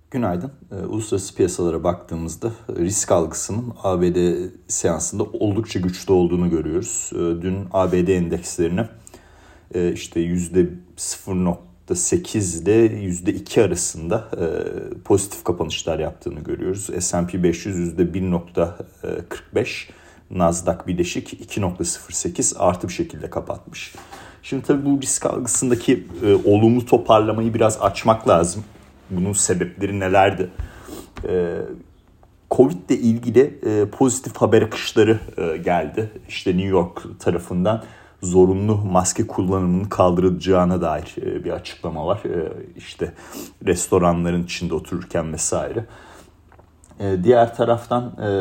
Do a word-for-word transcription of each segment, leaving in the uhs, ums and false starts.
Günaydın. Ee, uluslararası piyasalara baktığımızda risk algısının A B D seansında oldukça güçlü olduğunu görüyoruz. Ee, dün A B D endekslerini e, işte yüzde sıfır nokta sekiz ile yüzde iki arasında e, pozitif kapanışlar yaptığını görüyoruz. S and P beş yüz yüzde bir nokta kırk beş, Nasdaq Bileşik iki nokta sıfır sekiz artı bir şekilde kapatmış. Şimdi tabii bu risk algısındaki e, olumlu toparlamayı biraz açmak lazım. Bunun sebepleri nelerdi? Ee, Covid ile ilgili e, pozitif haber akışları e, geldi. İşte New York tarafından zorunlu maske kullanımının kaldırılacağına dair e, bir açıklama var. E, işte restoranların içinde otururken vesaire. E, diğer taraftan e,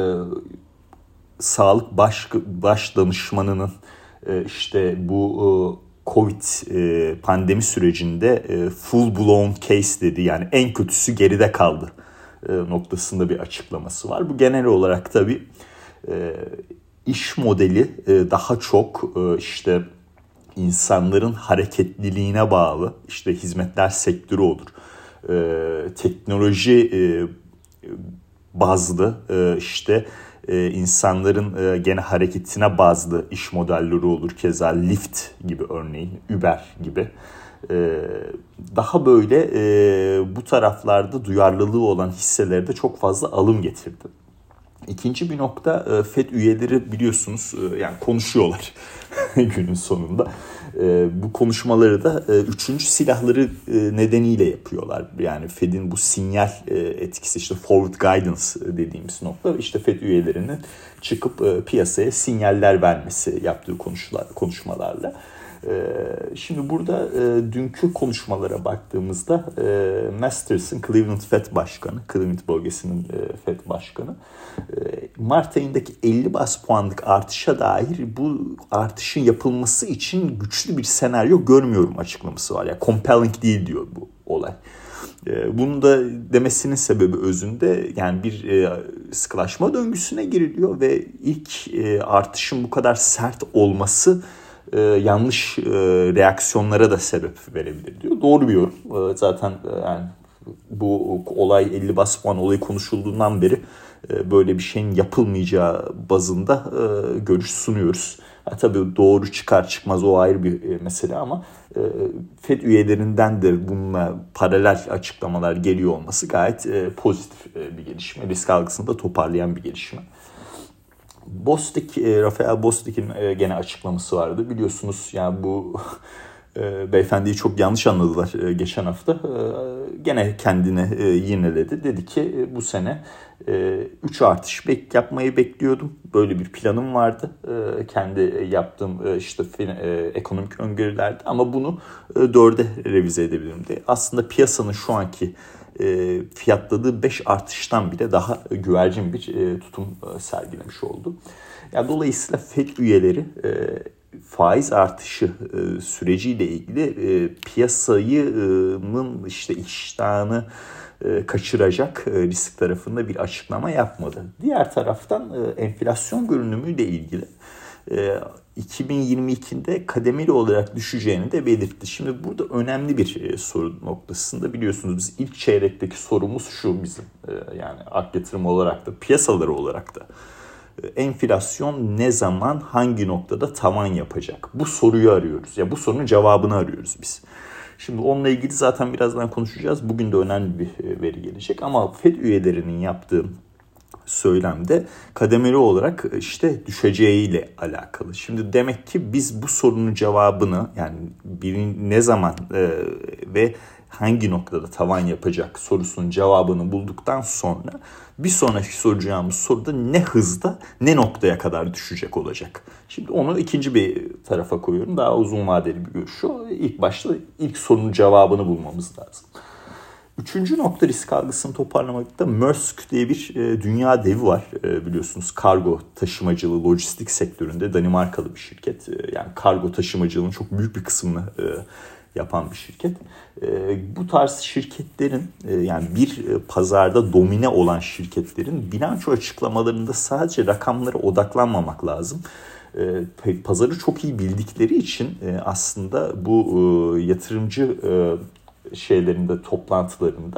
sağlık baş, baş danışmanının e, işte bu e, Covid e, pandemi sürecinde e, full blown case dedi, yani en kötüsü geride kaldı e, noktasında bir açıklaması var. Bu genel olarak tabii e, iş modeli e, daha çok e, işte insanların hareketliliğine bağlı, işte hizmetler sektörü olur, e, teknoloji e, bazlı e, işte Ee, insanların e, gene hareketine bazlı iş modelleri olur. Keza Lyft gibi, örneğin Uber gibi. Ee, daha böyle e, bu taraflarda duyarlılığı olan hisselerde çok fazla alım getirdi. İkinci bir nokta, e, Fed üyeleri biliyorsunuz e, yani konuşuyorlar günün sonunda. E, bu konuşmaları da e, üçüncü silahları e, nedeniyle yapıyorlar. Yani Fed'in bu sinyal e, etkisi, işte forward guidance dediğimiz nokta, işte Fed üyelerinin çıkıp e, piyasaya sinyaller vermesi yaptığı konuşmalar, konuşmalarla. Şimdi burada e, dünkü konuşmalara baktığımızda e, Masters'ın, Cleveland Fed Başkanı, Cleveland bölgesinin e, Fed Başkanı, e, Mart ayındaki elli bas puanlık artışa dair bu artışın yapılması için güçlü bir senaryo görmüyorum açıklaması var. Yani compelling değil diyor bu olay. Bunu da demesinin sebebi özünde yani bir e, sıkılaşma döngüsüne giriliyor ve ilk e, artışın bu kadar sert olması Ee, yanlış e, reaksiyonlara da sebep verebilir diyor. Doğru bir yorum. Ee, zaten e, yani bu olay elli bas puan olayı konuşulduğundan beri e, böyle bir şeyin yapılmayacağı bazında e, görüş sunuyoruz. Ha, tabii doğru çıkar çıkmaz o ayrı bir e, mesele ama e, Fed üyelerinden de bununla paralel açıklamalar geliyor olması gayet e, pozitif e, bir gelişme. Risk algısını da toparlayan bir gelişme. Bostic, Rafael Bostic'in gene açıklaması vardı. Biliyorsunuz yani bu beyefendiyi çok yanlış anladılar geçen hafta. Gene kendine yineledi. Dedi ki bu sene üç artış bek yapmayı bekliyordum. Böyle bir planım vardı. Kendi yaptığım işte ekonomik öngörülerde, ama bunu dörde revize edebilirim diye. Aslında piyasanın şu anki E, fiyatladığı beş artıştan bile daha güvercin bir e, tutum e, sergilemiş oldu. Yani dolayısıyla Fed üyeleri e, faiz artışı e, süreciyle ilgili e, piyasayının işte iştahını e, kaçıracak e, risk tarafında bir açıklama yapmadı. Diğer taraftan e, enflasyon görünümüyle ilgili e, iki bin yirmi ikide kademeli olarak düşeceğini de belirtti. Şimdi burada önemli bir soru noktasında, biliyorsunuz biz ilk çeyrekteki sorumuz şu bizim yani ak yatırım olarak da piyasaları olarak da enflasyon ne zaman hangi noktada tavan yapacak? Bu soruyu arıyoruz. Ya bu sorunun cevabını arıyoruz biz. Şimdi onunla ilgili zaten birazdan konuşacağız. Bugün de önemli bir veri gelecek ama Fed üyelerinin yaptığı söylemde kademeli olarak işte düşeceğiyle alakalı. Şimdi demek ki biz bu sorunun cevabını, yani birin ne zaman e, ve hangi noktada tavan yapacak sorusunun cevabını bulduktan sonra bir sonraki soracağımız soruda ne hızda ne noktaya kadar düşecek olacak. Şimdi onu ikinci bir tarafa koyuyorum. Daha uzun vadeli bir görüş o. İlk başta ilk sorunun cevabını bulmamız lazım. Üçüncü nokta risk algısını toparlamakta Maersk diye bir e, dünya devi var e, biliyorsunuz. Kargo taşımacılığı, lojistik sektöründe Danimarkalı bir şirket. E, yani kargo taşımacılığının çok büyük bir kısmını e, yapan bir şirket. E, bu tarz şirketlerin e, yani bir e, pazarda domine olan şirketlerin bilanço açıklamalarında sadece rakamlara odaklanmamak lazım. E, pazarı çok iyi bildikleri için e, aslında bu e, yatırımcı e, şeylerinde, toplantılarında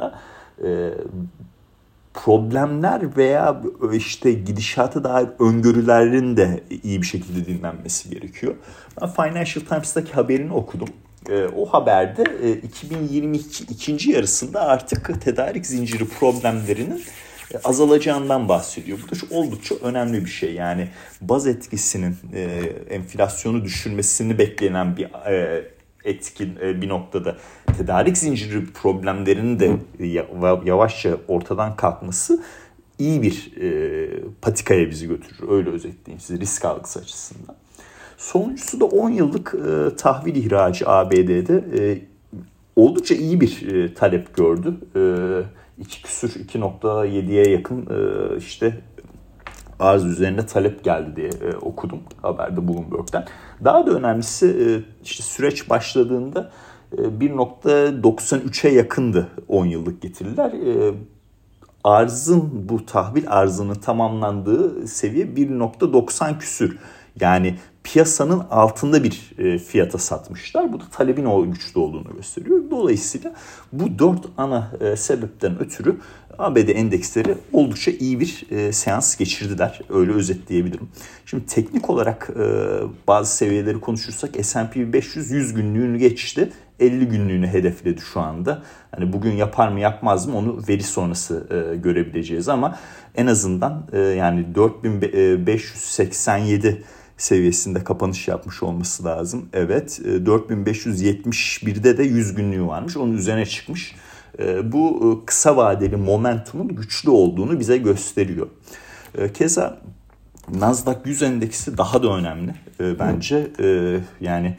problemler veya işte gidişata dair öngörülerin de iyi bir şekilde dinlenmesi gerekiyor. Ben Financial Times'taki haberini okudum. O haberde iki bin yirmi iki ikinci yarısında artık tedarik zinciri problemlerinin azalacağından bahsediyor. Bu da şu oldukça önemli bir şey. Yani baz etkisinin enflasyonu düşürmesini beklenen bir etkin bir noktada tedarik zinciri problemlerinin de yavaşça ortadan kalkması iyi bir patikaya bizi götürür. Öyle özetleyeyim size risk algısı açısından. Sonuncusu da on yıllık e, tahvil ihracı A B D'de e, oldukça iyi bir e, talep gördü. E, iki küsür iki nokta yediye yakın e, işte arz üzerine talep geldi diye e, okudum haberde Bloomberg'den. Daha da önemlisi e, işte süreç başladığında e, bir nokta doksan üçe yakındı on yıllık getiriler. E, arzın bu tahvil arzının tamamlandığı seviye bir nokta doksan küsür. Yani piyasanın altında bir e, fiyata satmışlar. Bu da talebin o güçlü olduğunu gösteriyor. Dolayısıyla bu dört ana e, sebepten ötürü A B D endeksleri oldukça iyi bir e, seans geçirdiler. Öyle özetleyebilirim. Şimdi teknik olarak e, bazı seviyeleri konuşursak S and P beş yüz yüz günlüğünü geçti. elli günlüğünü hedefledi şu anda. Hani bugün yapar mı yapmaz mı onu veri sonrası e, görebileceğiz ama en azından e, yani dört bin beş yüz seksen yedi seviyesinde kapanış yapmış olması lazım. Evet, dört bin beş yüz yetmiş birde de yüz günlüğü varmış. Onun üzerine çıkmış. Bu kısa vadeli momentumun güçlü olduğunu bize gösteriyor. Keza Nasdaq yüz endeksi daha da önemli bence. Yani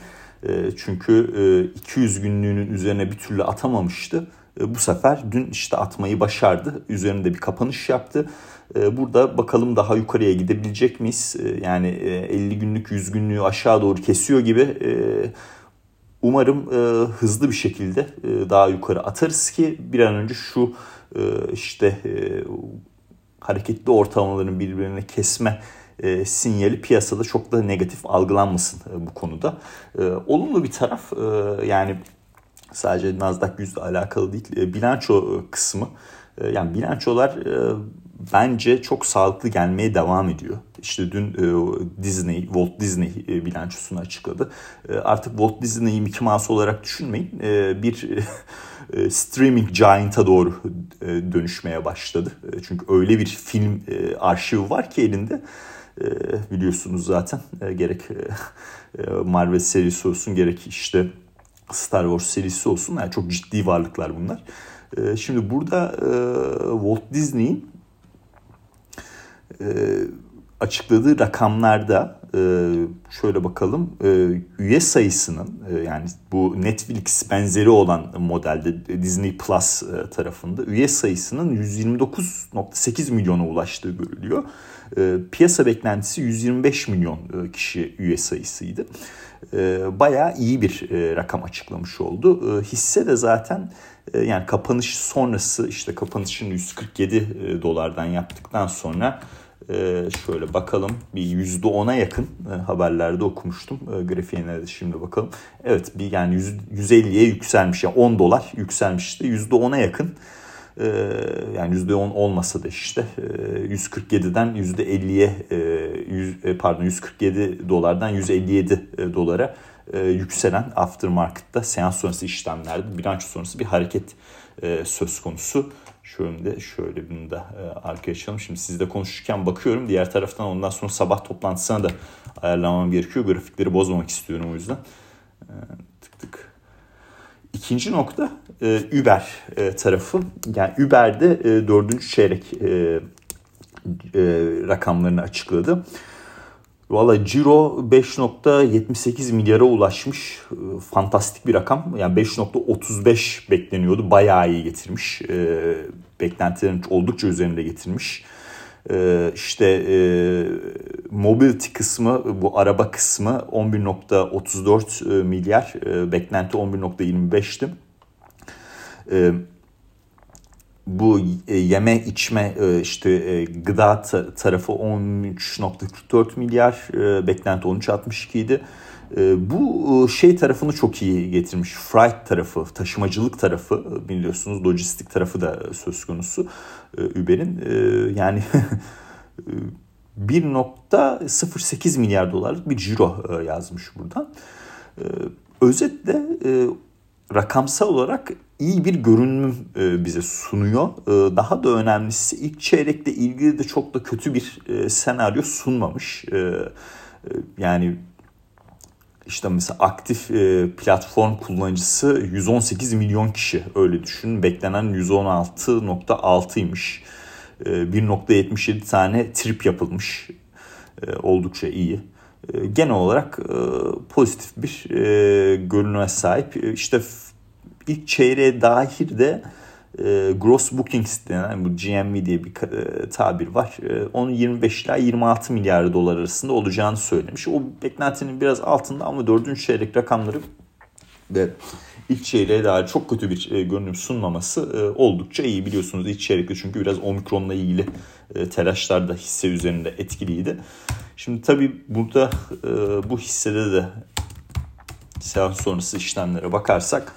çünkü iki yüz günlüğünün üzerine bir türlü atamamıştı. Bu sefer dün işte atmayı başardı. Üzerinde bir kapanış yaptı. Burada bakalım daha yukarıya gidebilecek miyiz? Yani elli günlük yüz günlüğü aşağı doğru kesiyor gibi. Umarım hızlı bir şekilde daha yukarı atarız ki bir an önce şu işte hareketli ortalamaların birbirine kesme sinyali piyasada çok da negatif algılanmasın bu konuda. Olumlu bir taraf yani sadece Nasdaq yüzle alakalı değil, bilanço kısmı. Yani bilançolar bence çok sağlıklı gelmeye devam ediyor. İşte dün Disney, Walt Disney bilançosunu açıkladı. Artık Walt Disney'i Mickey Mouse olarak düşünmeyin. Bir streaming giant'a doğru dönüşmeye başladı. Çünkü öyle bir film arşivi var ki elinde. Biliyorsunuz zaten gerek Marvel serisi olsun gerek işte Star Wars serisi olsun. Yani çok ciddi varlıklar bunlar. Şimdi burada Walt Disney'in açıkladığı rakamlarda şöyle bakalım, üye sayısının yani bu Netflix benzeri olan modelde Disney Plus tarafında üye sayısının yüz yirmi dokuz nokta sekiz milyona ulaştığı görülüyor. Piyasa beklentisi yüz yirmi beş milyon kişi üye sayısıydı. Bayağı iyi bir rakam açıklamış oldu. Hisse de zaten yani kapanış sonrası işte kapanışın yüz kırk yedi dolardan yaptıktan sonra şöyle bakalım bir yüzde ona yakın haberlerde okumuştum. Grafiğine de şimdi bakalım. Evet bir yani yüz elliye yükselmiş yani on dolar yükselmişti. yüzde ona yakın yani yüzde on olmasa da işte yüz kırk yediden yüzde elliye pardon yüz kırk yedi dolardan yüz elli yedi dolara yükselen aftermarket'ta seans sonrası işlemlerde bilanço sonrası bir hareket söz konusu. Şöyle şöyle bunu da arkaya açalım. Şimdi sizle konuşurken bakıyorum. Diğer taraftan ondan sonra sabah toplantısına da ayarlamam gerekiyor. Grafikleri bozmamak istiyorum o yüzden. Tık tık. İkinci nokta Uber tarafı. Yani Uber'de dördüncü çeyrek rakamlarını açıkladı. Valla ciro beş nokta yetmiş sekiz milyara ulaşmış. Fantastik bir rakam. Yani beş nokta otuz beş bekleniyordu. Bayağı iyi getirmiş. E, beklentilerin oldukça üzerinde getirmiş. E, işte e, mobility kısmı, bu araba kısmı on bir nokta otuz dört milyar. E, beklenti on bir nokta yirmi beşti. E, Bu yeme içme işte gıda tarafı on üç nokta kırk dört milyar, beklenti on üç nokta altmış iki idi. Bu şey tarafını çok iyi getirmiş. Freight tarafı, taşımacılık tarafı, biliyorsunuz lojistik tarafı da söz konusu Uber'in. Yani bir nokta sıfır sekiz milyar dolarlık bir ciro yazmış buradan. Özetle rakamsal olarak iyi bir görünüm bize sunuyor. Daha da önemlisi ilk çeyrekle ilgili de çok da kötü bir senaryo sunmamış. Yani işte mesela aktif platform kullanıcısı yüz on sekiz milyon kişi, öyle düşünün. Beklenen yüz on altı nokta altıymış. bir nokta yetmiş yedi tane trip yapılmış. Oldukça iyi. Genel olarak pozitif bir görünüme sahip. İşte ilk çeyreğe dair de gross bookings denen bu G M V diye bir tabir var. Onun yirmi beş ila yirmi altı milyar dolar arasında olacağını söylemiş. O beklentinin biraz altında ama dördüncü çeyrek rakamları ve ilk çeyreğe dair çok kötü bir görünüm sunmaması oldukça iyi. Biliyorsunuz ilk çeyrekte çünkü biraz Omikron'la ilgili telaşlar da hisse üzerinde etkiliydi. Şimdi tabii burada bu hissede de seans sonrası işlemlere bakarsak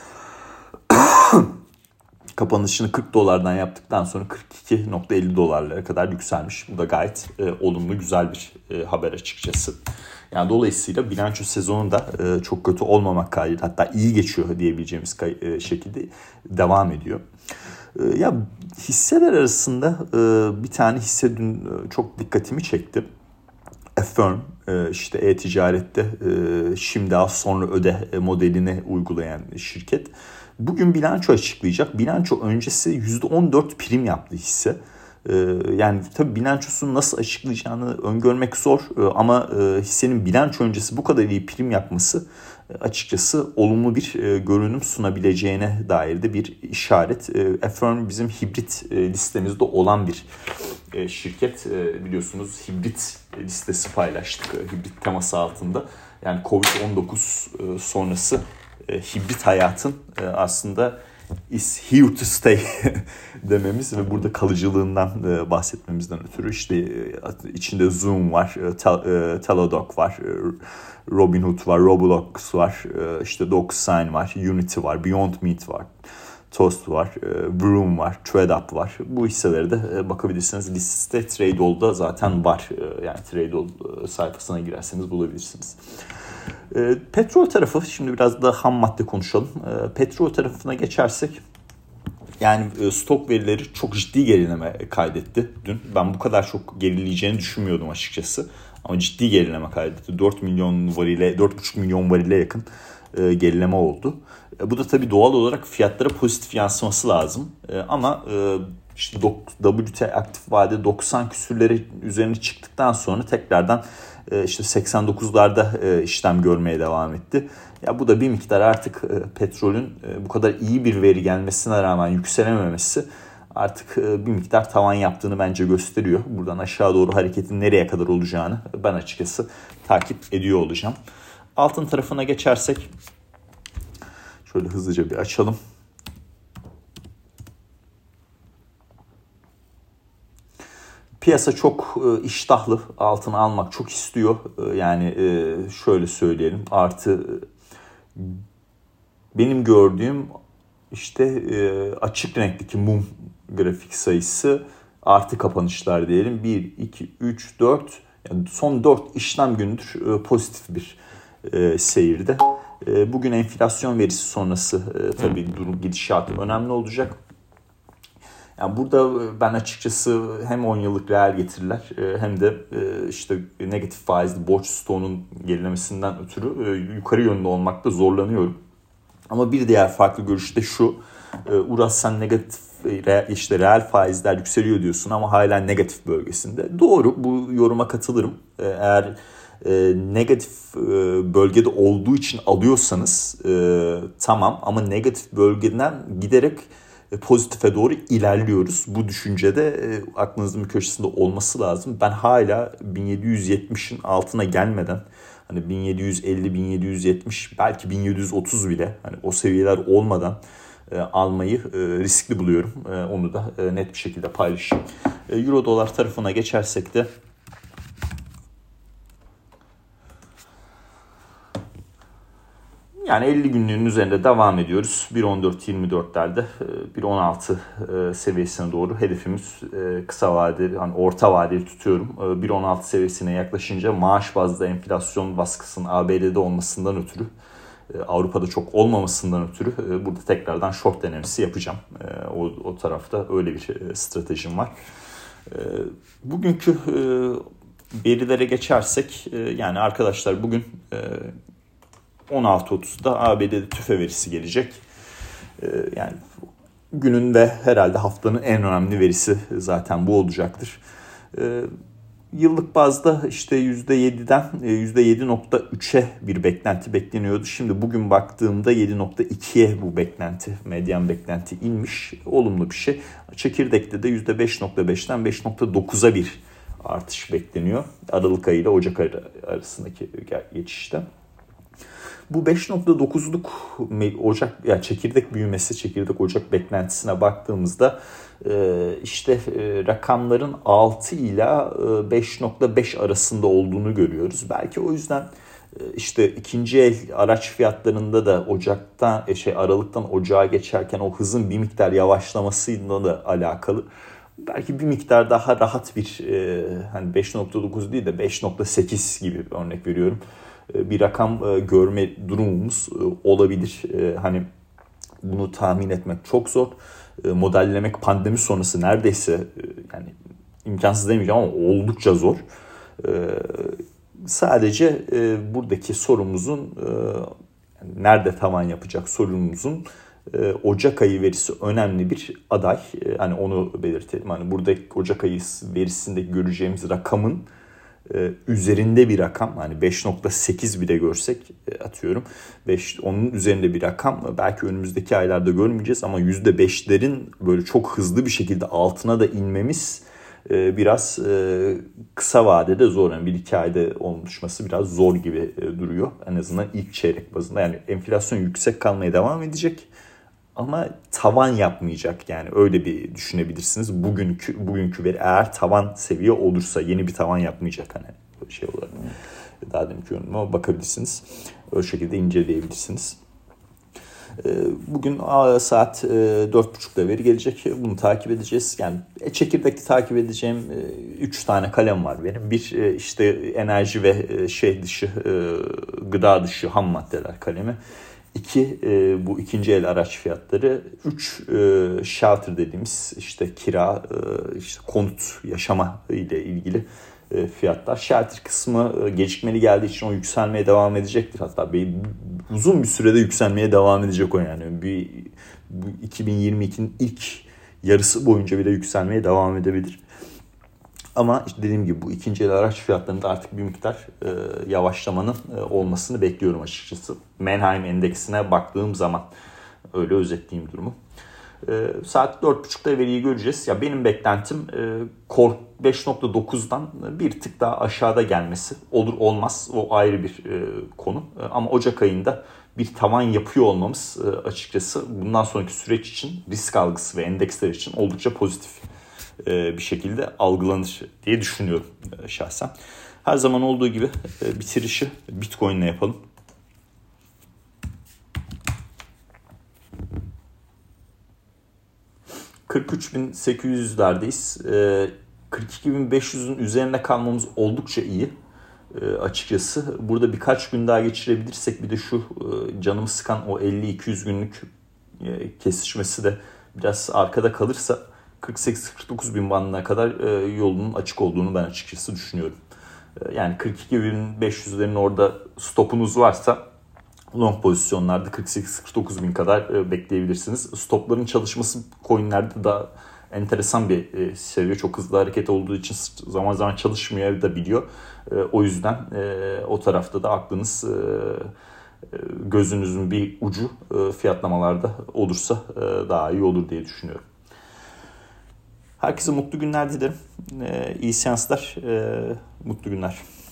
kapanışını kırk dolardan yaptıktan sonra kırk iki nokta elli dolarlara kadar yükselmiş. Bu da gayet e, olumlu, güzel bir e, haber açıkçası. Yani dolayısıyla bilanço sezonu da e, çok kötü olmamak kaydıyla, hatta iyi geçiyor diyebileceğimiz kay- e, şekilde devam ediyor. E, ya hisseler arasında e, bir tane hisse dün e, çok dikkatimi çekti. Affirm, e, işte e-ticarette e, şimdi az sonra öde modelini uygulayan şirket. Bugün bilanço açıklayacak. Bilanço öncesi yüzde on dört prim yaptı hisse. Yani tabii bilançosunu nasıl açıklayacağını öngörmek zor. Ama hissenin bilanço öncesi bu kadar iyi prim yapması açıkçası olumlu bir görünüm sunabileceğine dair de bir işaret. Affirm bizim hibrit listemizde olan bir şirket. Biliyorsunuz hibrit listesi paylaştık. Hibrit teması altında. Yani kovid on dokuz sonrası hibrit hayatın aslında is here to stay dememiz ve burada kalıcılığından bahsetmemizden ötürü işte içinde Zoom var, Teladoc var, Robinhood var, Roblox var, işte DocSign var, Unity var, Beyond Meat var, Toast var, Vroom var, TradeUp var. Bu hisselere de bakabilirsiniz. Liste Tradeall'da zaten var. Yani Tradeall sayfasına girerseniz bulabilirsiniz. Petrol tarafı, şimdi biraz da ham madde konuşalım. Petrol tarafına geçersek, yani stok verileri çok ciddi gerileme kaydetti dün. Ben bu kadar çok gerileyeceğini düşünmüyordum açıkçası. Ama ciddi gerileme kaydetti. dört milyon varile, dört buçuk milyon varile yakın gerileme oldu. Bu da tabii doğal olarak fiyatlara pozitif yansıması lazım. Ama işte W T I aktif vade doksan küsürleri üzerine çıktıktan sonra tekrardan işte seksen dokuzlarda işlem görmeye devam etti. Ya bu da bir miktar artık petrolün bu kadar iyi bir veri gelmesine rağmen yükselememesi artık bir miktar tavan yaptığını bence gösteriyor. Buradan aşağı doğru hareketin nereye kadar olacağını ben açıkçası takip ediyor olacağım. Altın tarafına geçersek şöyle hızlıca bir açalım. Piyasa çok iştahlı, altını almak çok istiyor. Yani şöyle söyleyelim, artı benim gördüğüm işte açık renkteki mum grafik sayısı artı kapanışlar diyelim. bir, iki, üç, dört, yani son dört işlem gündür pozitif bir seyirde. Bugün enflasyon verisi sonrası tabii durum gidişatı önemli olacak. Yani burada ben açıkçası hem on yıllık reel getiriler hem de işte negatif faizli borç stoğunun gerilemesinden ötürü yukarı yönde olmakta zorlanıyorum. Ama bir diğer farklı görüş de şu: Uras, sen negatif işte reel faizler yükseliyor diyorsun ama hala negatif bölgesinde. Doğru, bu yoruma katılırım. Eğer negatif bölgede olduğu için alıyorsanız tamam, ama negatif bölgeden giderek pozitife doğru ilerliyoruz. Bu düşüncede e, aklınızın bir köşesinde olması lazım. Ben hala bin yedi yüz yetmişin altına gelmeden, hani bin yedi yüz elli, bin yedi yüz yetmiş, belki bin yedi yüz otuz bile, hani o seviyeler olmadan e, almayı e, riskli buluyorum. E, onu da e, net bir şekilde paylaşayım. E, Euro dolar tarafına geçersek de Yani elli günlüğün üzerinde devam ediyoruz. bir on dört yirmi dörtlerde bir on altı seviyesine doğru hedefimiz kısa vadeli, hani orta vadeli tutuyorum. bir on altı seviyesine yaklaşınca maaş bazlı enflasyon baskısının A B D'de olmasından ötürü, Avrupa'da çok olmamasından ötürü burada tekrardan short denemesi yapacağım. O, o tarafta öyle bir stratejim var. Bugünkü verilere geçersek, yani arkadaşlar bugün on altı otuzda A B D'de tüfe verisi gelecek. Yani günün ve herhalde haftanın en önemli verisi zaten bu olacaktır. Yıllık bazda işte yüzde yediden yüzde yedi nokta üçe bir beklenti bekleniyordu. Şimdi bugün baktığımda yedi nokta ikiye bu beklenti, medyan beklenti inmiş. Olumlu bir şey. Çekirdekte de yüzde beş nokta beşten beş nokta dokuza bir artış bekleniyor. Aralık ayı ile Ocak ayı arasındaki geçişte. Bu beş nokta dokuzluk Ocak, yani çekirdek büyümesi, çekirdek Ocak beklentisine baktığımızda işte rakamların altı ila beş nokta beş arasında olduğunu görüyoruz. Belki o yüzden işte ikinci el araç fiyatlarında da Ocak'tan şey Aralık'tan Ocağa geçerken o hızın bir miktar yavaşlamasıyla da alakalı. Belki bir miktar daha rahat bir hani beş nokta dokuz değil de beş nokta sekiz gibi bir örnek veriyorum, bir rakam görme durumumuz olabilir. Hani bunu tahmin etmek çok zor. Modellemek pandemi sonrası neredeyse, yani imkansız demeyeceğim ama oldukça zor. Sadece buradaki sorumuzun, nerede tavan yapacak sorumuzun, Ocak ayı verisi önemli bir aday. Hani onu belirtelim. Hani buradaki Ocak ayı verisinde göreceğimiz rakamın üzerinde bir rakam, hani beş nokta sekiz bile görsek, atıyorum beş, onun üzerinde bir rakam belki önümüzdeki aylarda görmeyeceğiz ama yüzde beşlerin böyle çok hızlı bir şekilde altına da inmemiz biraz kısa vadede zor. Yani bir iki ayda oluşması biraz zor gibi duruyor, en azından ilk çeyrek bazında. Yani enflasyon yüksek kalmaya devam edecek ama tavan yapmayacak, yani öyle bir düşünebilirsiniz. Bugünkü bugünkü veri eğer tavan seviye olursa yeni bir tavan yapmayacak, hani şey olarak daha deminki yorumuma bakabilirsiniz. Öyle şekilde inceleyebilirsiniz. Bugün saat dört buçukta veri gelecek. Bunu takip edeceğiz. Yani çekirdekte takip edeceğim üç tane kalem var benim. Bir işte enerji ve şey dışı, gıda dışı ham maddeler kalemi. İki, e, bu ikinci el araç fiyatları. Üç, e, shelter dediğimiz işte kira, e, işte konut, yaşama ile ilgili e, fiyatlar. Shelter kısmı e, gecikmeli geldiği için o yükselmeye devam edecektir. Hatta bir, uzun bir sürede yükselmeye devam edecek o yani. Bir, bu iki bin yirmi ikinin ilk yarısı boyunca bile yükselmeye devam edebilir. Ama işte dediğim gibi bu ikinci el araç fiyatlarında artık bir miktar e, yavaşlamanın e, olmasını bekliyorum açıkçası. Manheim endeksine baktığım zaman öyle özetleyeyim durumu. E, saat dört buçukta veriyi göreceğiz. Ya benim beklentim e, Core beş nokta dokuzdan bir tık daha aşağıda gelmesi. Olur olmaz o ayrı bir e, konu. E, ama Ocak ayında bir tavan yapıyor olmamız e, açıkçası bundan sonraki süreç için, risk algısı ve endeksler için oldukça pozitif bir şekilde algılanır diye düşünüyorum şahsen. Her zaman olduğu gibi bitirişi Bitcoin ile yapalım. kırk üç bin sekiz yüzlerdeyiz. kırk iki bin beş yüzün üzerine kalmamız oldukça iyi açıkçası. Burada birkaç gün daha geçirebilirsek, bir de şu canımı sıkan o elli iki yüz günlük kesişmesi de biraz arkada kalırsa kırk sekiz kırk dokuz bin bandına kadar e, yolunun açık olduğunu ben açıkçası düşünüyorum. E, yani kırk iki bin beş yüzlerin orada stopunuz varsa long pozisyonlarda kırk sekiz kırk dokuz bin kadar e, bekleyebilirsiniz. Stopların çalışması coinlerde daha enteresan bir e, seviye. Çok hızlı hareket olduğu için zaman zaman çalışmıyor da biliyor. E, o yüzden e, o tarafta da aklınız, e, gözünüzün bir ucu e, fiyatlamalarda olursa e, daha iyi olur diye düşünüyorum. Herkese mutlu günler dilerim. Ee, iyi seanslar, ee, mutlu günler.